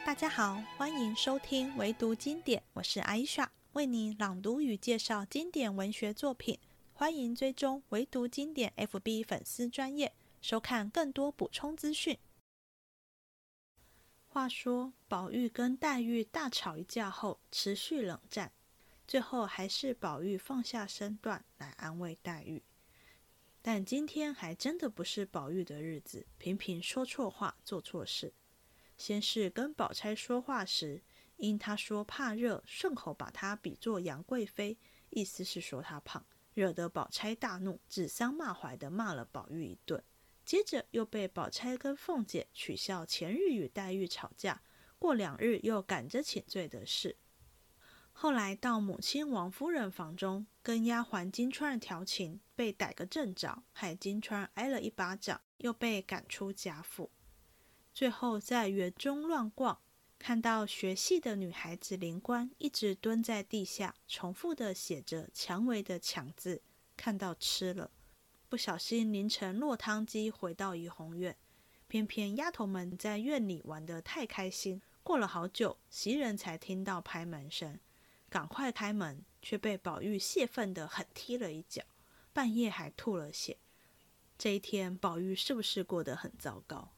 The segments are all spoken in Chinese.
大家好，欢迎收听唯读经典，我是阿伊莎，为你朗读与介绍经典文学作品。欢迎追踪唯读经典 FB 粉丝专页，收看更多补充资讯。话说，宝玉跟黛玉大吵一架后，持续冷战，最后还是宝玉放下身段来安慰黛玉。但今天还真的不是宝玉的日子，频频说错话，做错事。先是跟宝钗说话时，因她说怕热，顺口把她比作杨贵妃，意思是说她胖，惹得宝钗大怒，指桑骂槐的骂了宝玉一顿。接着又被宝钗跟凤姐取笑前日与黛玉吵架，过2日又赶着请罪的事。后来到母亲王夫人房中，跟丫鬟金钏调情，被逮个正着，害金钏挨了一巴掌，又被赶出贾府。最后在园中乱逛，看到学戏的女孩子灵官一直蹲在地下，重复的写着蔷薇的蔷字，看到吃了。不小心淋成落汤鸡回到怡红院，偏偏丫头们在院里玩得太开心，过了好久，袭人才听到拍门声，赶快开门，却被宝玉泄愤的狠踢了一脚，半夜还吐了血。这一天宝玉是不是过得很糟糕？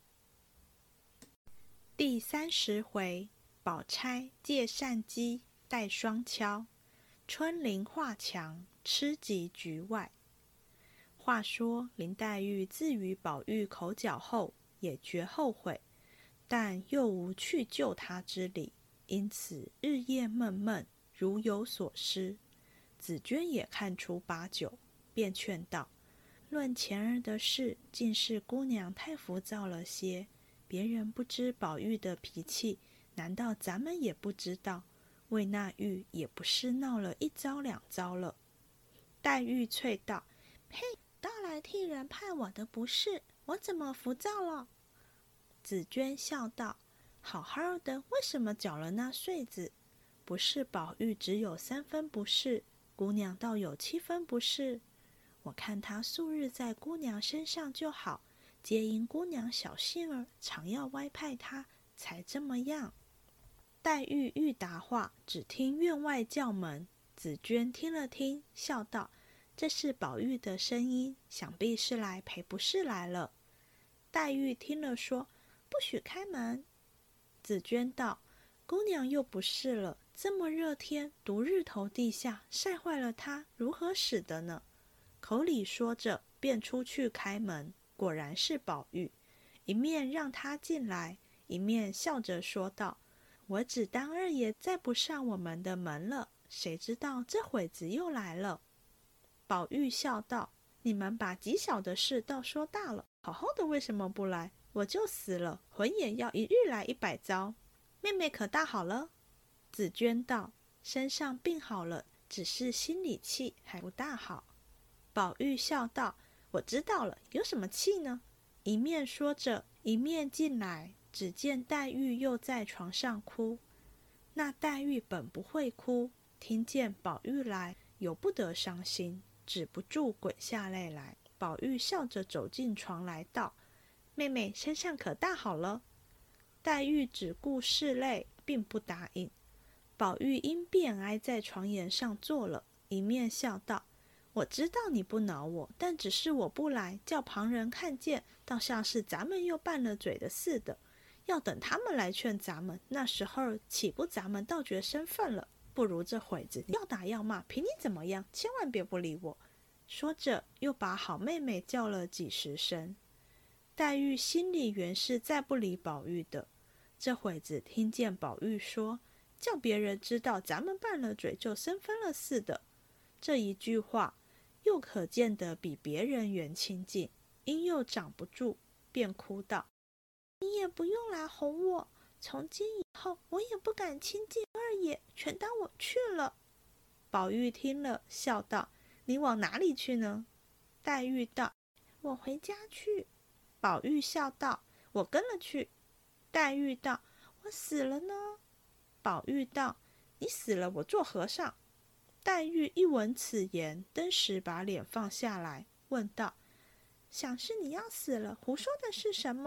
第30回，宝钗借扇机带双敲，春林画墙吃及局外。话说林黛玉自与宝玉口角后，也觉后悔，但又无去救他之理，因此日夜闷闷，如有所失。紫鹃也看出8九，便劝道：论前儿的事，竟是姑娘太浮躁了些，别人不知宝玉的脾气，难道咱们也不知道？为那玉也不是闹了1遭2遭了。黛玉啐道：呸！倒来替人判我的不是，我怎么浮躁了？紫鹃笑道：好好的，为什么搅了那穗子？不是宝玉只有3分不是，姑娘倒有7分不是。我看他素日在姑娘身上就好，皆因姑娘小性儿，常要歪派他，才这么样。黛玉欲答话，只听院外叫门，紫鹃听了听，笑道：这是宝玉的声音，想必是来赔不是来了。黛玉听了说：不许开门。紫鹃道：姑娘又不是了，这么热天，独日头地下，晒坏了她，如何使得呢？口里说着，便出去开门，果然是宝玉，一面让他进来，一面笑着说道：我只当二爷再不上我们的门了，谁知道这会子又来了。宝玉笑道：你们把极小的事倒说大了，好好的为什么不来？我就死了，魂也要1日来100遭。妹妹可大好了？紫鹃道：身上病好了，只是心里气还不大好。宝玉笑道：我知道了，有什么气呢？一面说着，一面进来，只见黛玉又在床上哭。那黛玉本不会哭，听见宝玉来，由不得伤心，止不住滚下泪来。宝玉笑着走进床来道：妹妹身上可大好了？黛玉只顾拭泪，并不答应。宝玉因便挨在床沿上坐了，一面笑道：我知道你不恼我，但只是我不来，叫旁人看见，倒像是咱们又拌了嘴的似的。要等他们来劝咱们，那时候岂不咱们倒觉身份了？不如这会子要打要骂，凭你怎么样，千万别不理我。说着又把好妹妹叫了几10声。黛玉心里原是再不理宝玉的，这会子听见宝玉说叫别人知道咱们拌了嘴就生分了似的，这一句话又可见得比别人原亲近，因又长不住，便哭道：你也不用来哄我，从今以后我也不敢亲近二爷，全当我去了。宝玉听了，笑道：你往哪里去呢？黛玉道：我回家去。宝玉笑道：我跟了去。黛玉道：我死了呢？宝玉道：你死了，我做和尚。黛玉一闻此言，登时把脸放下来，问道：想是你要死了，胡说的是什么？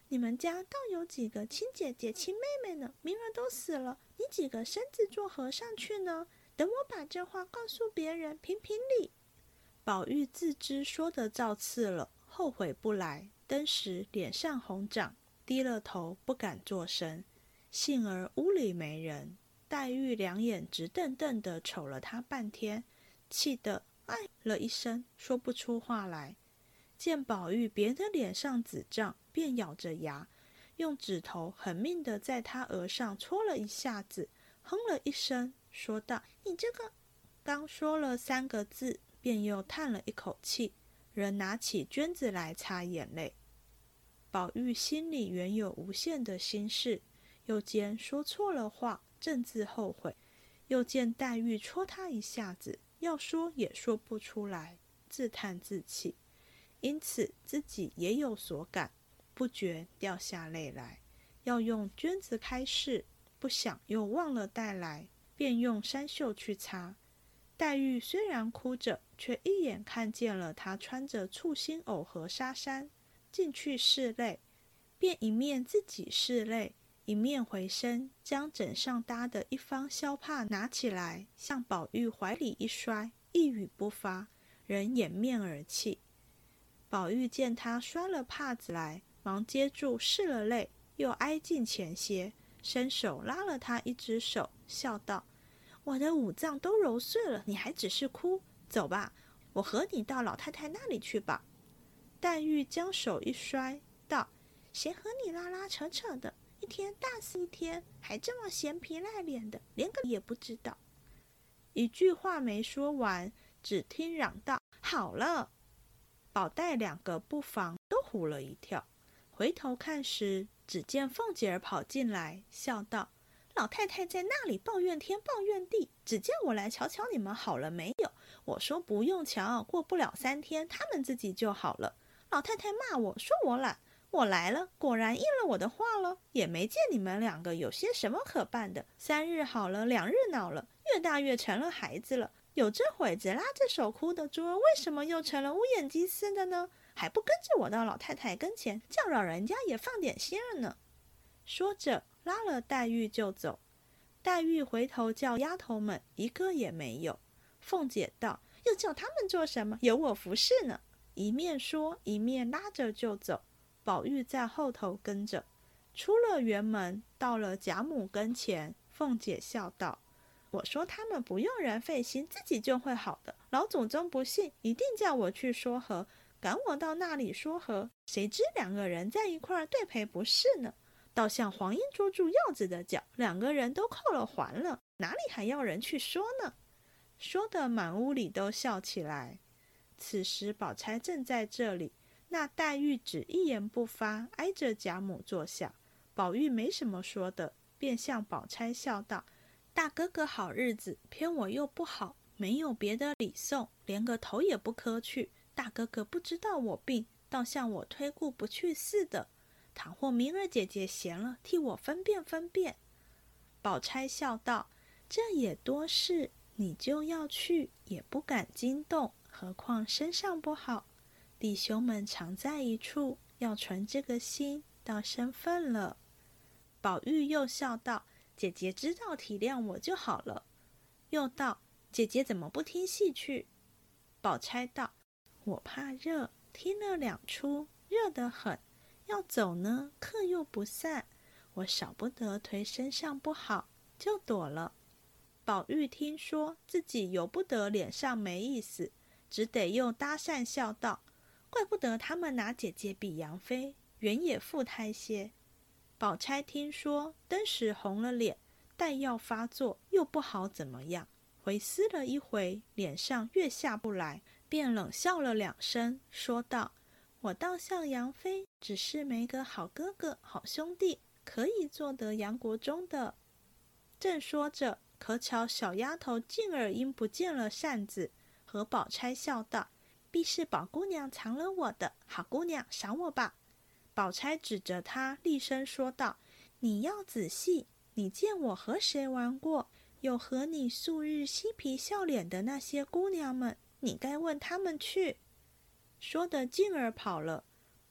你们家倒有几个亲姐姐亲妹妹呢，明儿都死了，你几个身子做和尚去呢？等我把这话告诉别人，评评理。宝玉自知说得造次了，后悔不来，登时脸上红涨，低了头不敢作声。幸而屋里没人，黛玉两眼直瞪瞪地瞅了他半天，气得哎了一声，说不出话来。见宝玉别的脸上紫胀，便咬着牙，用指头狠命地在他额上戳了一下子，哼了一声，说道：“你这个……”刚说了3个字，便又叹了一口气，仍拿起绢子来擦眼泪。宝玉心里原有无限的心事，又见说错了话，正自后悔，又见黛玉戳他一下子，要说也说不出来，自叹自气，因此自己也有所感，不觉掉下泪来，要用绢子开示，不想又忘了带来，便用衫袖去擦。黛玉虽然哭着，却一眼看见了她穿着簇新藕荷纱衫进去拭泪，便一面自己拭泪，一面回身将枕上搭的一方绡帕拿起来，向宝玉怀里一摔，一语不发，仍掩面而泣。宝玉见他摔了帕子来，忙接住拭了泪，又挨近前些，伸手拉了他一只手，笑道：“我的五脏都揉碎了，你还只是哭？走吧，我和你到老太太那里去吧。”黛玉将手一摔，道：“谁和你拉拉扯扯的？一天大死一天，还这么闲皮赖脸的，连个也不知道。”一句话没说完，只听嚷道：“好了！”宝黛两个不防都唬了一跳，回头看时，只见凤姐儿跑进来，笑道：“老太太在那里抱怨天抱怨地，只叫我来瞧瞧你们好了没有。我说不用瞧，过不了3天，他们自己就好了。老太太骂我说我懒，我来了，果然应了我的话了，也没见你们2个有些什么可办的。3日好了，2日恼了，越大越成了孩子了。有这会子拉着手哭的珠儿，为什么又成了乌眼鸡似的呢？还不跟着我到老太太跟前，叫老人家也放点心儿呢。”说着拉了黛玉就走。黛玉回头叫丫头们，一个也没有。凤姐道：“又叫他们做什么？有我服侍呢。”一面说，一面拉着就走。宝玉在后头跟着。出了园门，到了贾母跟前，凤姐笑道：“我说他们不用人费心，自己就会好的。老祖宗不信，一定叫我去说和，赶我到那里说和，谁知2个人在一块儿对赔不是呢？倒像黄莺捉住鹞子的脚，2个人都扣了环了，哪里还要人去说呢？”说得满屋里都笑起来。此时宝钗正在这里，那黛玉只一言不发，挨着贾母坐下。宝玉没什么说的，便向宝钗笑道：“大哥哥好日子，偏我又不好，没有别的礼送，连个头也不磕去。大哥哥不知道我病，倒像我推顾不去似的。倘或明儿姐姐闲了，替我分辨分辨。”宝钗笑道：“这也多事，你就要去，也不敢惊动，何况身上不好。弟兄们常在一处，要存这个心，倒生分了。”宝玉又笑道：“姐姐知道体谅我就好了。”又道：“姐姐怎么不听戏去？”宝钗道：“我怕热，听了2出，热得很。要走呢，客又不散，我少不得推身上不好，就躲了。”宝玉听说自己由不得脸上没意思，只得又搭讪笑道：“怪不得他们拿姐姐比杨妃，原也富态些。”宝钗听说，登时红了脸，待要发作，又不好怎么样，回思了一回，脸上越下不来，便冷笑了2声，说道：“我倒像杨妃，只是没个好哥哥好兄弟，可以做得杨国忠的。”正说着，可巧小丫头静儿因不见了扇子，和宝钗笑道：“必是宝姑娘藏了我的，好姑娘赏我吧。”宝钗指着她厉声说道：“你要仔细，你见我和谁玩过？有和你素日嬉皮笑脸的那些姑娘们，你该问她们去。”说的静儿跑了。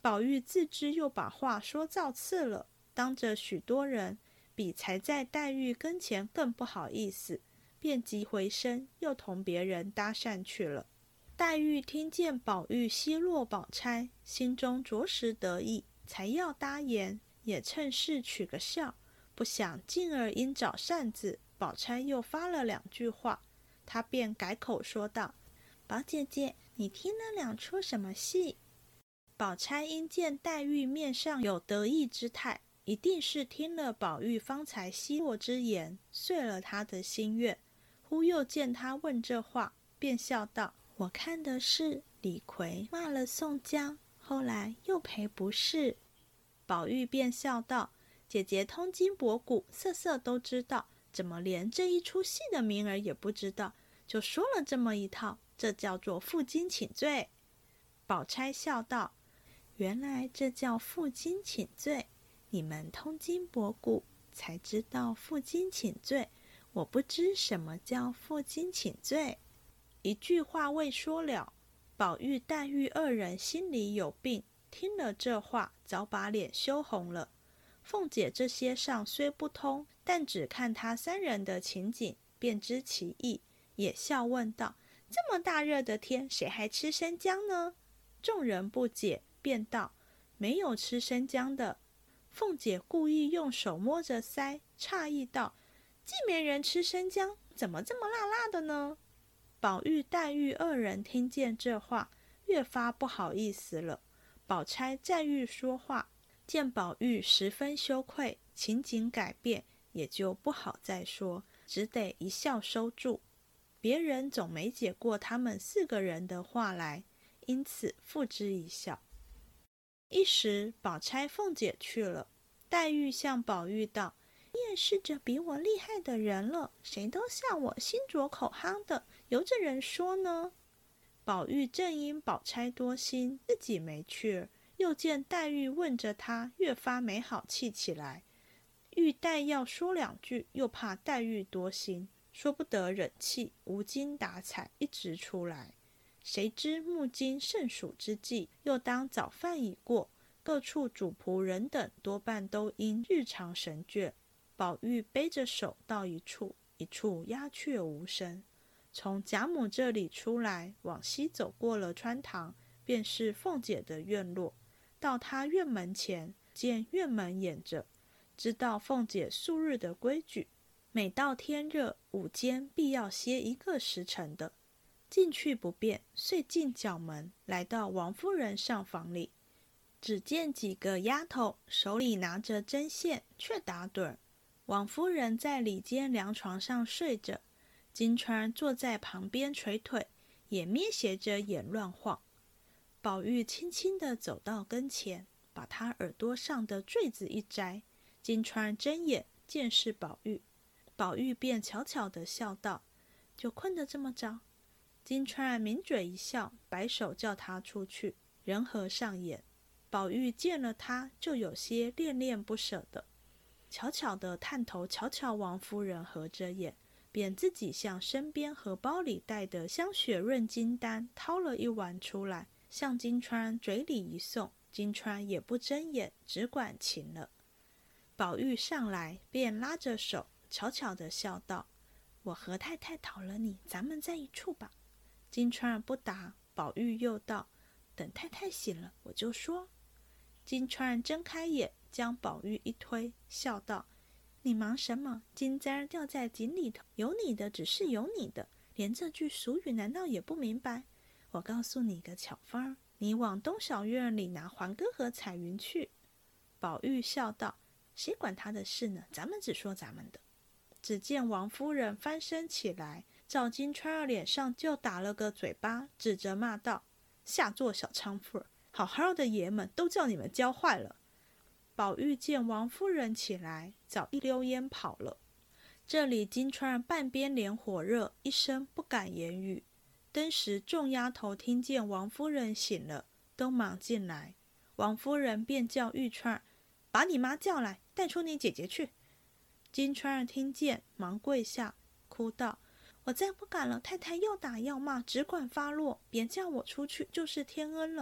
宝玉自知又把话说造次了，当着许多人，比才在黛玉跟前更不好意思，便急回身，又同别人搭讪去了。黛玉听见宝玉奚落宝钗，心中着实得意，才要答言，也趁势取个笑，不想进而因找扇子，宝钗又发了2句话，她便改口说道：“宝姐姐，你听了2出什么戏？”宝钗因见黛玉面上有得意之态，一定是听了宝玉方才奚落之言，遂了他的心愿。忽又见他问这话，便笑道：“我看的是李逵骂了宋江，后来又赔不是。”宝玉便笑道：“姐姐通今博古，色色都知道，怎么连这一出戏的名儿也不知道，就说了这么一套，这叫做负荆请罪。”宝钗笑道：“原来这叫负荆请罪，你们通今博古，才知道负荆请罪，我不知什么叫负荆请罪。”一句话未说了，宝玉、黛玉2人心里有病，听了这话，早把脸羞红了。凤姐这些上虽不通，但只看他3人的情景，便知其意，也笑问道：“这么大热的天，谁还吃生姜呢？”众人不解，便道：“没有吃生姜的。”凤姐故意用手摸着腮，诧异道：“既没人吃生姜，怎么这么辣辣的呢？”宝玉、黛玉2人听见这话，越发不好意思了。宝钗再欲说话，见宝玉十分羞愧，情景改变，也就不好再说，只得一笑收住。别人总没解过他们4个人的话来，因此付之一笑。一时宝钗、凤姐去了，黛玉向宝玉道：“你也是着比我厉害的人了，谁都像我心拙口夯的，由着人说呢。”宝玉正因宝钗多心，自己没趣儿，又见黛玉问着他，越发没好气起来。玉黛要说2句，又怕黛玉多心，说不得忍气，无精打采，一直出来。谁知木金盛暑之际，又当早饭已过，各处主仆人等多半都因日常神倦。宝玉背着手到一处，一处鸦雀无声。从贾母这里出来，往西走过了穿堂，便是凤姐的院落。到她院门前，见院门掩着，知道凤姐素日的规矩，每到天热，午间必要歇1个时辰的。进去不便，遂进角门，来到王夫人上房里。只见几个丫头手里拿着针线，却打盹儿。王夫人在里间凉床上睡着，金钏坐在旁边捶腿，也咩斜着眼乱晃。宝玉轻轻地走到跟前，把她耳朵上的坠子一摘。金钏睁眼见是宝玉，宝玉便悄悄地笑道：“就困得这么着？”金钏抿嘴一笑，摆手叫他出去，人合上眼。宝玉见了他，就有些恋恋不舍的，悄悄地探头瞧瞧王夫人合着眼，便自己向身边荷包里带的香雪润金丹掏了1丸出来，向金钏嘴里一送。金钏也不睁眼，只管噙了。宝玉上来，便拉着手，悄悄地笑道：“我和太太讨了你，咱们在一处吧。”金钏不答，宝玉又道：“等太太醒了，我就说。”金钏睁开眼，将宝玉一推，笑道：“你忙什么？金簪儿掉在井里头，有你的只是有你的，连这句俗语难道也不明白？我告诉你个巧方儿，你往东小院里拿黄哥和彩云去。”宝玉笑道：“谁管他的事呢？咱们只说咱们的。”只见王夫人翻身起来，照金钏儿脸上就打了个嘴巴，指着骂道：“下作小娼妇儿，好好的爷们都叫你们教坏了。”宝玉见王夫人起来，早一溜烟跑了。这里金钏儿半边脸火热，一声不敢言语。登时众丫头听见王夫人醒了，都忙进来。王夫人便叫玉钏儿：“把你妈叫来，带出你姐姐去。”金钏儿听见，忙跪下，哭道：“我再不敢了，太太又打要骂，只管发落，别叫我出去，就是天恩了。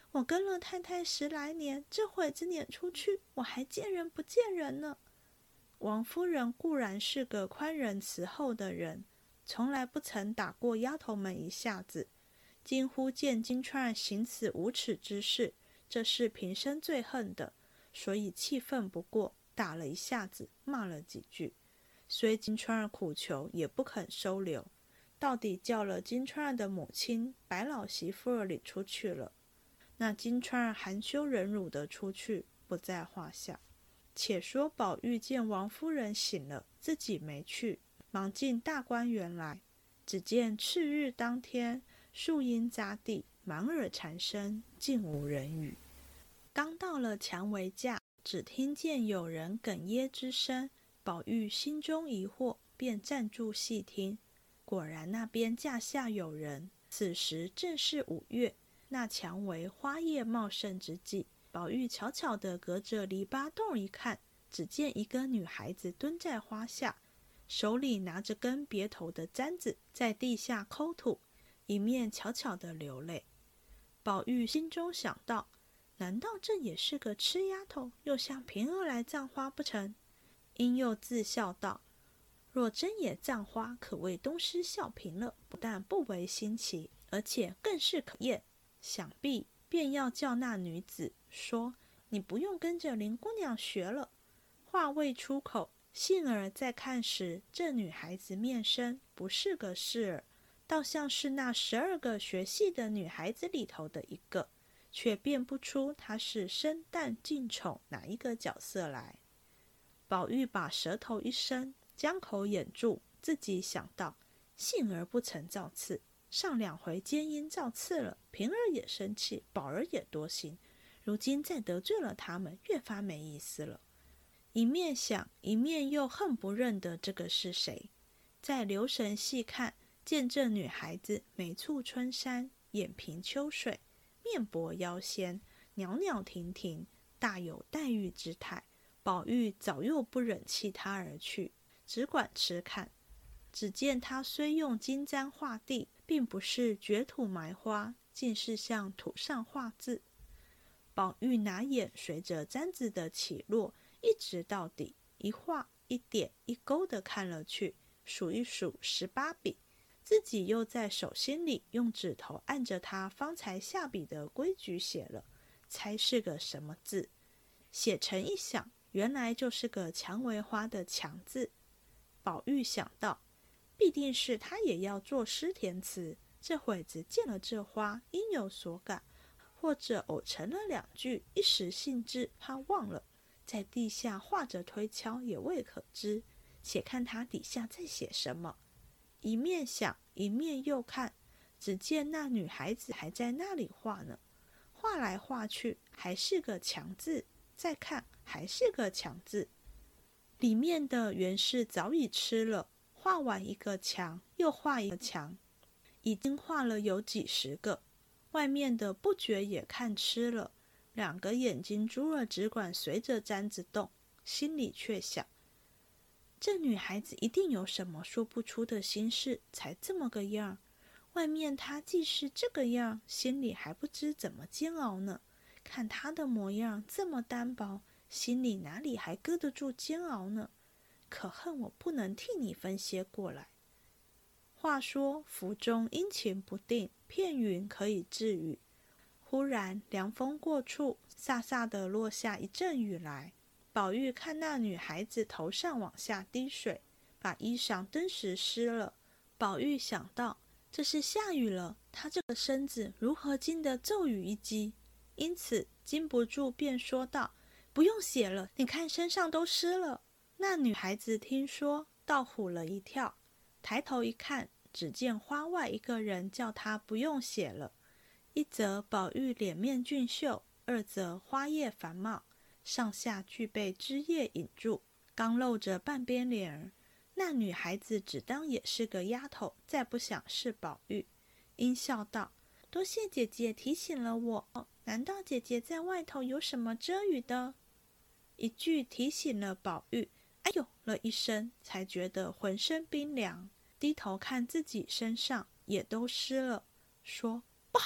我跟了太太10来年，这会子撵出去，我还见人不见人呢。王夫人固然是个宽仁慈厚的人，从来不曾打过丫头们一下子，今忽见金钏行此无耻之事，这是平生最恨的，所以气愤不过，打了一下子，骂了几句。虽金钏苦求，也不肯收留，到底叫了金钏的母亲白老媳妇儿领出去了。那金钏含羞忍辱的出去，不在话下。且说宝玉见王夫人醒了，自己没去，忙进大观园来。只见次日当天，树阴匝地，满耳蝉声，尽无人语。刚到了蔷薇架，只听见有人哽咽之声，宝玉心中疑惑，便站住细听。果然那边架下有人，此时正是5月，那蔷薇花叶茂盛之际。宝玉悄悄地隔着篱笆洞一看，只见一个女孩子蹲在花下，手里拿着根别头的簪子，在地下抠土，一面悄悄地流泪。宝玉心中想到，难道这也是个痴丫头，又向平儿来葬花不成？因又自笑道，若真也葬花，可谓东施效颦了，不但不为新奇，而且更是可厌。想必便要叫那女子说，你不用跟着林姑娘学了。话未出口，幸而再看时，这女孩子面生，不是个侍儿，倒像是那12个学戏的女孩子里头的一个，却辨不出她是生旦净丑哪一个角色来。宝玉把舌头一伸，将口掩住，自己想到，幸而不曾造次，上2回奸因造次了，平儿也生气，宝儿也多心，如今再得罪了他们，越发没意思了。一面想，一面又恨不认得这个是谁。再留神细看，见这女孩子眉蹙春山，眼平秋水，面薄腰纤，袅袅婷婷，大有黛玉之态。宝玉早又不忍弃她而去，只管痴看。只见她虽用金簪画地，并不是掘土埋花，竟是向土上画字。宝玉拿眼随着簪子的起落，一直到底，一画一点一勾的看了去，数一数18笔，自己又在手心里用指头按着他方才下笔的规矩写了，猜是个什么字。写成一想，原来就是个蔷薇花的蔷字。宝玉想到，必定是他也要作诗填词，这会子见了这花，应有所感，或者偶成了2句，一时兴致怕忘了，在地下画着推敲，也未可知。且看他底下在写什么。一面想，一面又看，只见那女孩子还在那里画呢，画来画去，还是个强字，再看还是个强字，里面的原是早已吃了，画完一个强，又画一个强，已经画了有几10个。外面的不觉也看吃了，2个眼睛珠儿只管随着簪子动，心里却想，这女孩子一定有什么说不出的心事，才这么个样。外面她既是这个样，心里还不知怎么煎熬呢。看她的模样这么单薄，心里哪里还搁得住煎熬呢？可恨我不能替你分些过来。话说府中阴晴不定，片云可以治雨。忽然凉风过处，飒飒地落下一阵雨来。宝玉看那女孩子头上往下滴水，把衣裳登时湿了。宝玉想到，这是下雨了，她这个身子如何经得骤雨一击？因此禁不住便说道，不用写了，你看身上都湿了。那女孩子听说，倒唬了一跳，抬头一看，只见花外一个人叫她不用写了。一则宝玉脸面俊秀，二则花叶繁茂，上下俱被枝叶引住，刚露着半边脸儿。那女孩子只当也是个丫头，再不想是宝玉，因笑道，多谢姐姐提醒了我，难道姐姐在外头有什么遮雨的？一句提醒了宝玉，哎呦了一声，才觉得浑身冰凉，低头看自己身上也都湿了，说不好，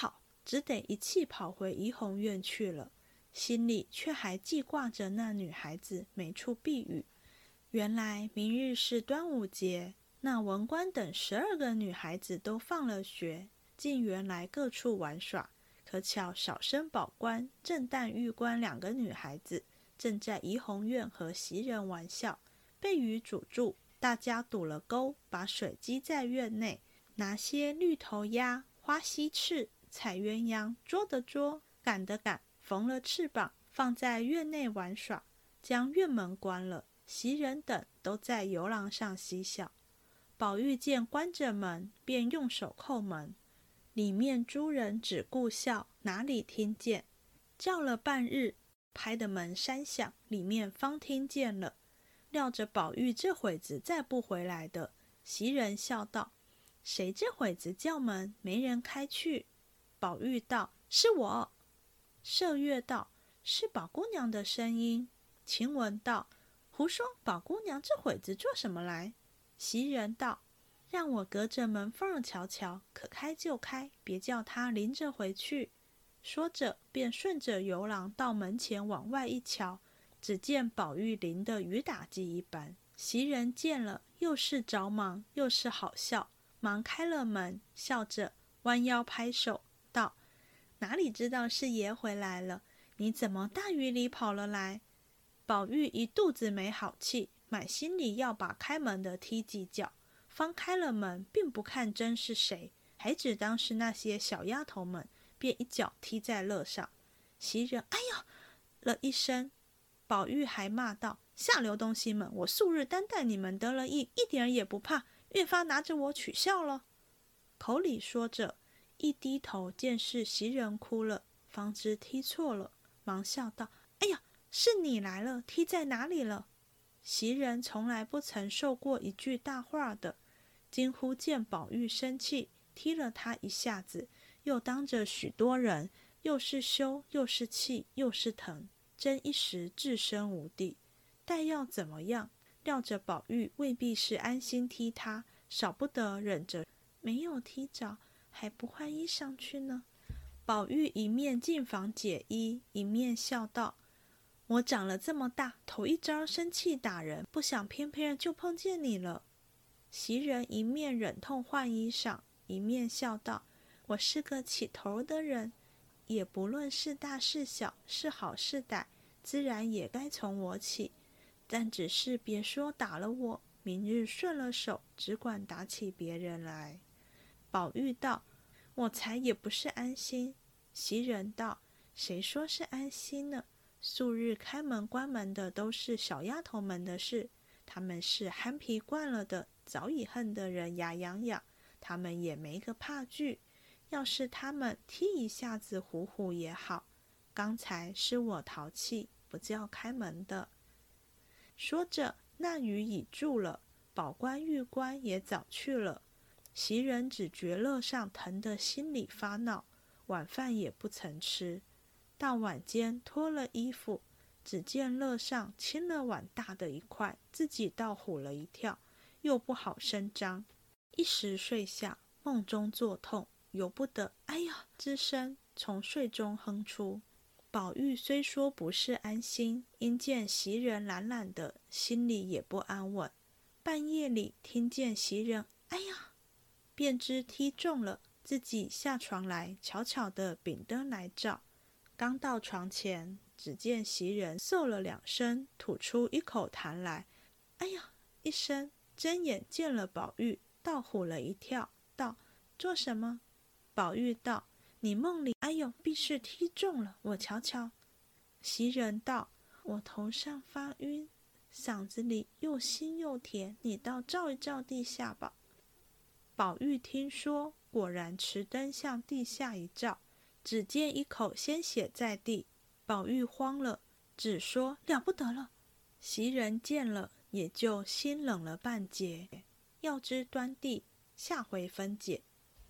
只得一气跑回怡红院去了，心里却还记挂着那女孩子没处避雨。原来明日是端午节，那文官等12个女孩子都放了学，进园来各处玩耍。可巧小生宝官、正旦玉官2个女孩子正在怡红院和袭人玩笑，被雨阻住，大家堵了沟，把水积在院内，拿些绿头鸭、花溪翅、彩鸳鸯，捉的捉，赶的赶，缝了翅膀，放在院内玩耍，将院门关了。袭人等都在游廊上嬉笑。宝玉见关着门，便用手叩门，里面诸人只顾笑，哪里听见？叫了半日，拍的门山响，里面方听见了。料着宝玉这会子再不回来的，袭人笑道：“谁这会子叫门，没人开去？”宝玉道：“是我。”麝月道：“是宝姑娘的声音。”晴雯道：“胡说，宝姑娘这会子做什么来？”袭人道：“让我隔着门缝瞧瞧，可开就开，别叫她临着回去。”说着便顺着游廊到门前往外一瞧，只见宝玉淋得雨打鸡一般。袭人见了，又是着忙又是好笑，忙开了门，笑着弯腰拍手道：“哪里知道是爷回来了？你怎么大雨里跑了来？”宝玉一肚子没好气，满心里要把开门的踢几脚，方开了门，并不看真是谁，还只当是那些小丫头们，便一脚踢在肋上。袭人哎呀了一声，宝玉还骂道：“下流东西们，我素日担待你们得了意，一点也不怕，越发拿着我取笑了。”口里说着，一低头见是袭人哭了，方知踢错了，忙笑道：“哎呀，是你来了，踢在哪里了？”袭人从来不曾受过一句大话的，今忽见宝玉生气，踢了他一下子，又当着许多人，又是羞又是气又是疼，真一时置身无地。待要怎么样，料着宝玉未必是安心踢他，少不得忍着没有踢着，还不换衣裳去呢。宝玉一面进房解衣，一面笑道：“我长了这么大，头一招生气打人，不想偏偏就碰见你了。”袭人一面忍痛换衣裳，一面笑道：“我是个起头的人，也不论是大是小，是好是歹，自然也该从我起。但只是别说打了我，明日顺了手，只管打起别人来。”宝玉道：“我才也不是安心。”袭人道：“谁说是安心呢？素日开门关门的都是小丫头们的事，他们是憨皮惯了的，早已恨得人牙痒痒，他们也没个怕惧。要是他们踢一下子唬唬也好，刚才是我淘气，不叫开门的。”说着，那雨已住了，宝官玉官也早去了。袭人只觉肋上疼得心里发闹，晚饭也不曾吃。到晚间脱了衣服，只见肋上青了碗大的一块，自己倒唬了一跳，又不好声张，一时睡下，梦中作痛，由不得哎呀之声从睡中哼出。宝玉虽说不是安心，因见袭人懒懒的，心里也不安稳。半夜里听见袭人哎呀，便知踢中了，自己下床来，悄悄地秉灯来照。刚到床前，只见袭人嗽了2声，吐出一口痰来，哎呀一声，睁眼见了宝玉，倒唬了一跳，道：“做什么？”宝玉道：“你梦里哎呦，必是踢中了，我瞧瞧。”袭人道：“我头上发晕，嗓子里又腥又甜，你倒照一照地下吧。”宝玉听说，果然持灯向地下一照，只见一口鲜血在地。宝玉慌了，只说：“了不得了。”袭人见了，也就心冷了半截。要知端地，下回分解。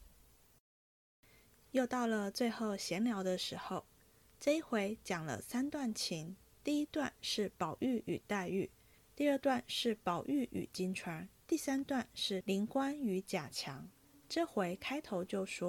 又到了最后闲聊的时候，这一回讲了3段情。第一段是宝玉与黛玉，第二段是宝玉与金钏，第3段是灵官与贾强。这回开头就说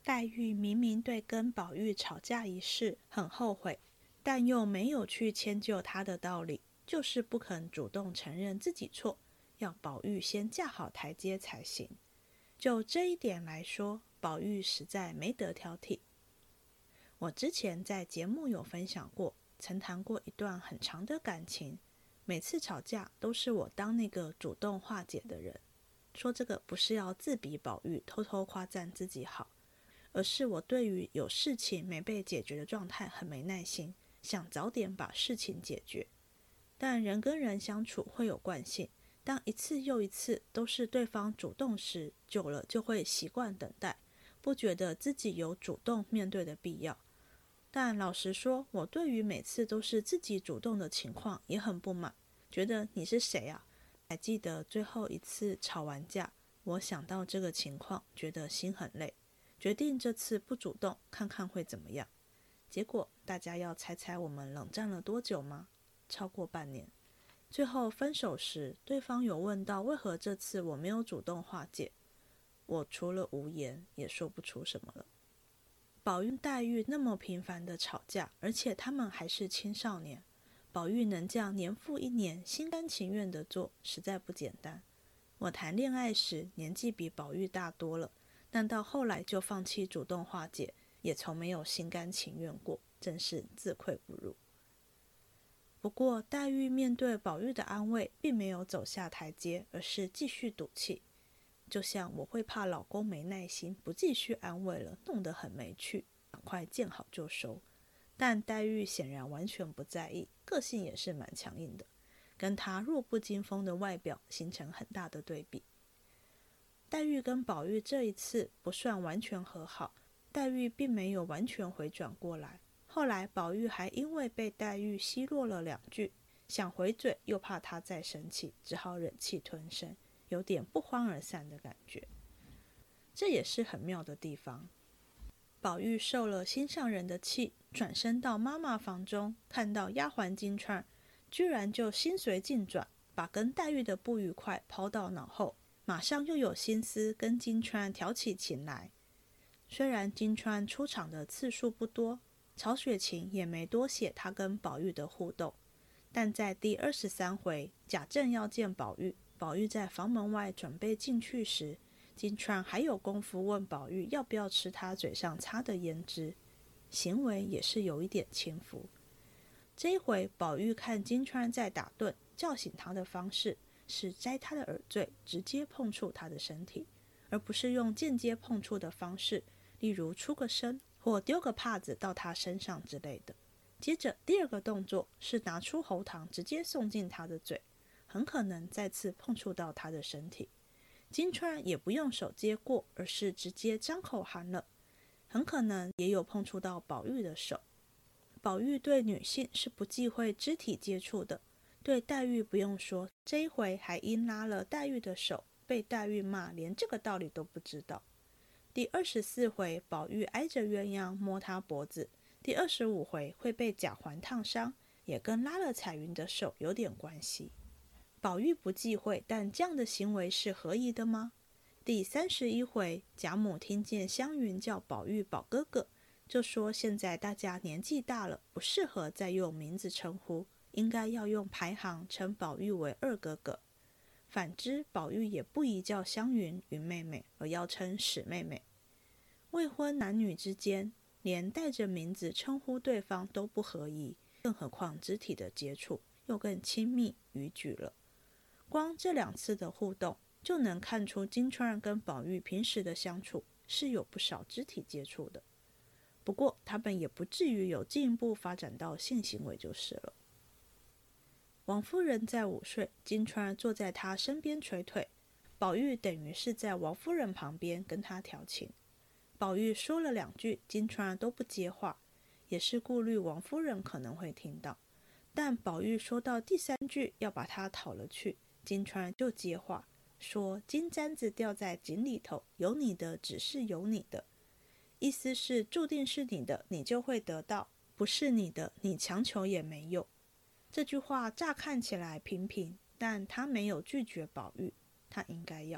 黛玉明明对跟宝玉吵架一事很后悔，但又没有去迁就他的道理，就是不肯主动承认自己错，要宝玉先架好台阶才行。就这一点来说，宝玉实在没得挑剔。我之前在节目有分享过，曾谈过一段很长的感情，每次吵架都是我当那个主动化解的人。说这个不是要自比宝玉偷偷夸赞自己好，而是我对于有事情没被解决的状态很没耐心，想早点把事情解决。但人跟人相处会有惯性，当一次又一次都是对方主动时，久了就会习惯等待，不觉得自己有主动面对的必要。但老实说，我对于每次都是自己主动的情况也很不满，觉得你是谁啊？还记得最后一次吵完架，我想到这个情况，觉得心很累，决定这次不主动，看看会怎么样。结果大家要猜猜我们冷战了多久吗？超过半年。最后分手时，对方有问到为何这次我没有主动化解，我除了无言，也说不出什么了。宝玉黛玉那么频繁的吵架，而且他们还是青少年，宝玉能这样年复一年心甘情愿地做，实在不简单。我谈恋爱时年纪比宝玉大多了，但到后来就放弃主动化解，也从没有心甘情愿过，真是自愧不如。不过黛玉面对宝玉的安慰，并没有走下台阶，而是继续赌气。就像我会怕老公没耐心，不继续安慰了，弄得很没趣，赶快见好就收。但黛玉显然完全不在意，个性也是蛮强硬的，跟她弱不禁风的外表形成很大的对比。黛玉跟宝玉这一次不算完全和好，黛玉并没有完全回转过来。后来宝玉还因为被黛玉奚落了2句，想回嘴又怕她再生气，只好忍气吞声，有点不欢而散的感觉。这也是很妙的地方。宝玉受了心上人的气，转身到妈妈房中，看到丫鬟金钏，居然就心随境转，把跟黛玉的不愉快抛到脑后，马上又有心思跟金钏挑起情来。虽然金钏出场的次数不多，曹雪芹也没多写她跟宝玉的互动，但在第23回贾政要见宝玉，宝玉在房门外准备进去时，金钏还有功夫问宝玉要不要吃他嘴上擦的胭脂，行为也是有一点轻浮。这一回宝玉看金钏在打盹，叫醒他的方式是摘他的耳坠，直接碰触他的身体，而不是用间接碰触的方式，例如出个声或丢个帕子到他身上之类的。接着第2个动作是拿出喉糖直接送进他的嘴，很可能再次碰触到他的身体。金钏也不用手接过，而是直接张口含了，很可能也有碰触到宝玉的手。宝玉对女性是不忌讳肢体接触的，对黛玉不用说，这一回还因拉了黛玉的手，被黛玉骂连这个道理都不知道。第24回宝玉挨着鸳鸯摸她脖子，第25回会被贾环烫伤，也跟拉了彩云的手有点关系。宝玉不忌讳，但这样的行为是合宜的吗？第31回贾母听见湘云叫宝玉宝哥哥，就说现在大家年纪大了，不适合再用名字称呼，应该要用排行称宝玉为二哥哥。反之，宝玉也不宜叫湘云云妹妹，而要称史妹妹。未婚男女之间，连带着名字称呼对方都不合宜，更何况肢体的接触，又更亲密逾矩了。光这2次的互动，就能看出金钏跟宝玉平时的相处是有不少肢体接触的。不过他们也不至于有进一步发展到性行为就是了。王夫人在午睡，金钏坐在她身边捶腿，宝玉等于是在王夫人旁边跟她调情。宝玉说了2句，金钏都不接话，也是顾虑王夫人可能会听到。但宝玉说到第3句要把她讨了去，金钏就接话说，金簪子掉在井里头，有你的只是有你的，意思是注定是你的，你就会得到，不是你的，你强求也没用。这句话乍看起来平平，但他没有拒绝宝玉，他应该要，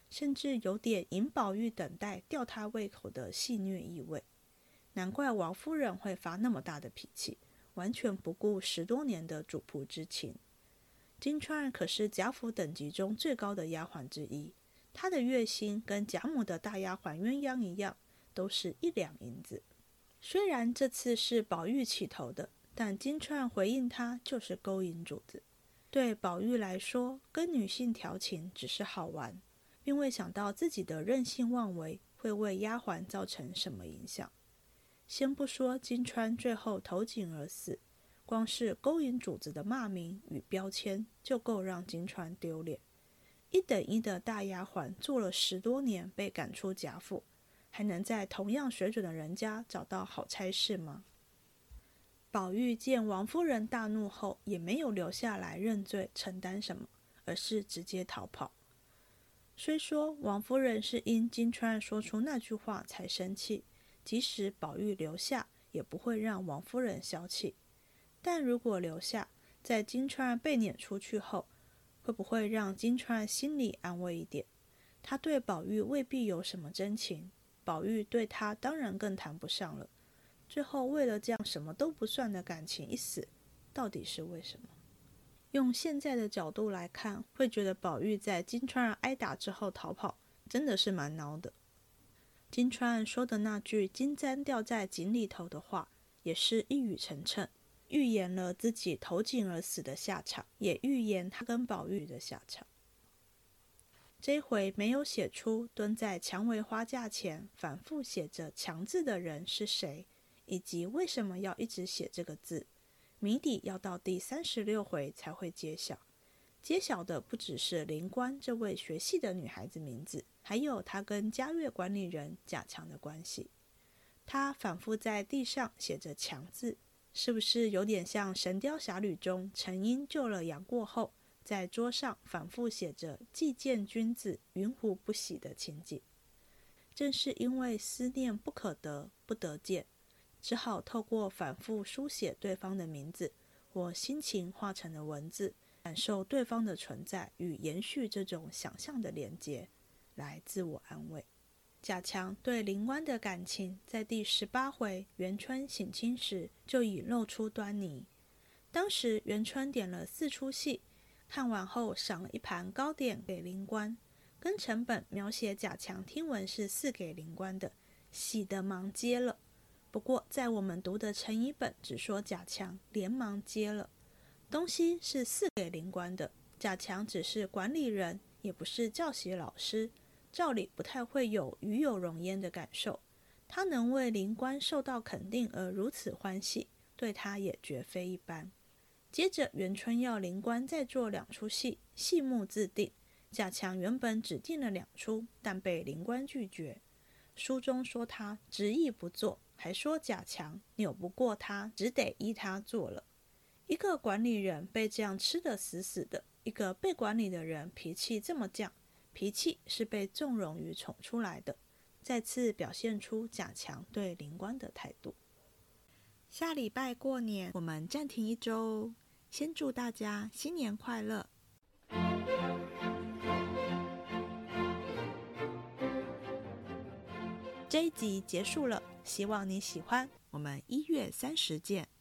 甚至有点引宝玉等待吊他胃口的戏谑意味。难怪王夫人会发那么大的脾气，完全不顾10多年的主仆之情。金钏可是贾府等级中最高的丫鬟之一，她的月薪跟贾母的大丫鬟鸳鸯一样，都是1两银子。虽然这次是宝玉起头的，但金钏回应他就是勾引主子。对宝玉来说，跟女性调情只是好玩，并未想到自己的任性妄为会为丫鬟造成什么影响。先不说金钏最后投井而死，光是勾引主子的骂名与标签就够让金钏丢脸。1等1的大丫鬟做了10多年被赶出贾府，还能在同样水准的人家找到好差事吗？宝玉见王夫人大怒后，也没有留下来认罪承担什么，而是直接逃跑。虽说王夫人是因金钏说出那句话才生气，即使宝玉留下，也不会让王夫人消气。但如果留下，在金钏被撵出去后，会不会让金钏心里安慰一点？她对宝玉未必有什么真情，宝玉对她当然更谈不上了。最后为了这样什么都不算的感情一死，到底是为什么？用现在的角度来看，会觉得宝玉在金钏挨打之后逃跑，真的是蛮孬的。金钏说的那句金簪掉在井里头的话，也是一语成谶，预言了自己投井而死的下场，也预言他跟宝玉的下场。这回没有写出蹲在蔷薇花架前反复写着强字的人是谁，以及为什么要一直写这个字，谜底要到第36回才会揭晓。揭晓的不只是灵官这位学戏的女孩子名字，还有她跟嘉悦管理人贾强的关系。她反复在地上写着强字，是不是有点像《神雕侠侣》中陈英救了杨过后，在桌上反复写着既见君子云胡不喜的情景？正是因为思念不可得不得见，只好透过反复书写对方的名字或心情化成的文字，感受对方的存在与延续这种想象的连结，来自我安慰。贾强对灵官的感情在第18回元春省亲时就已露出端倪。当时元春点了4出戏，看完后赏了一盘糕点给灵官，跟成本描写贾强听闻是赐给灵官的，喜得忙接了。不过在我们读的成译本只说贾强连忙接了，东西是赐给灵官的，贾强只是管理人，也不是教习老师，照理不太会有与有荣焉的感受。他能为灵官受到肯定而如此欢喜，对他也绝非一般。接着元春要灵官再做2出戏，戏目自定。贾强原本只定了2出，但被灵官拒绝。书中说他执意不做，还说贾强扭不过他，只得依他做了。一个管理人被这样吃得死死的，一个被管理的人脾气这么犟，脾气是被纵容与宠出来的，再次表现出贾强对灵官的态度。下礼拜过年，我们暂停1周，先祝大家新年快乐。这一集结束了，希望你喜欢，我们1月30见。